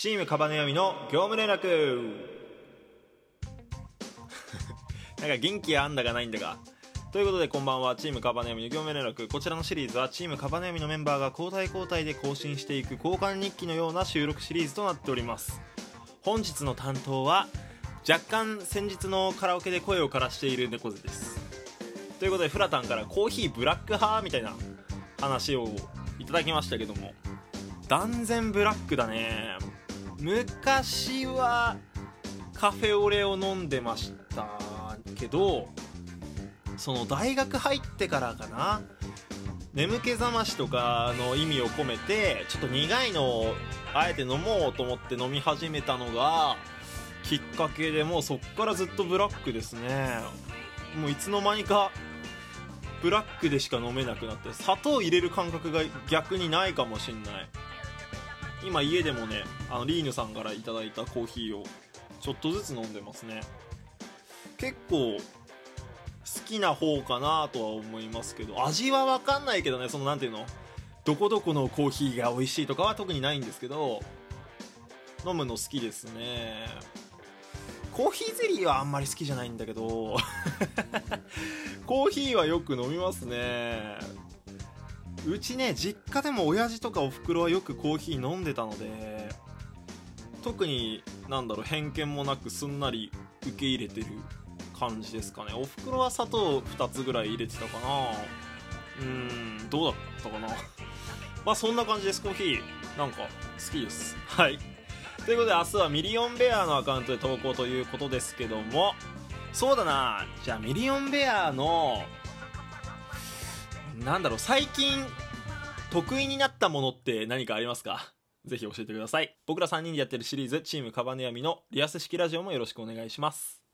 チームカバネヤミの業務連絡なんか元気あんだかないんだが、ということでこんばんは。チームカバネヤミの業務連絡、こちらのシリーズはチームカバネヤミのメンバーが交代交代で更新していく交換日記のような収録シリーズとなっております。本日の担当は若干先日のカラオケで声を枯らしている猫背です。ということでフラタンからコーヒーブラック派みたいな話をいただきましたけども、断然ブラックだね。昔はカフェオレを飲んでましたけど、その大学入ってからかな、眠気覚ましとかの意味を込めてちょっと苦いのをあえて飲もうと思って飲み始めたのがきっかけで、もうそっからずっとブラックですね。もういつの間にかブラックでしか飲めなくなって、砂糖入れる感覚が逆にないかもしんない。今家でもね、リーヌさんからいただいたコーヒーをちょっとずつ飲んでますね。結構好きな方かなとは思いますけど、味は分かんないけどね、そのなんていうの、どこどこのコーヒーが美味しいとかは特にないんですけど、飲むの好きですね。コーヒーゼリーはあんまり好きじゃないんだけどコーヒーはよく飲みますね。うちね、実家でも親父とかお袋はよくコーヒー飲んでたので、特に偏見もなくすんなり受け入れてる感じですかね。お袋は砂糖2つぐらい入れてたかな。どうだったかなまあそんな感じです。コーヒーなんか好きです。はい、ということで明日はミリオンベアのアカウントで投稿ということですけども、そうだな、じゃあミリオンベアの最近得意になったものって何かありますか？ぜひ教えてください。僕ら3人でやってるシリーズチームカバネヤミのリアス式ラジオもよろしくお願いします。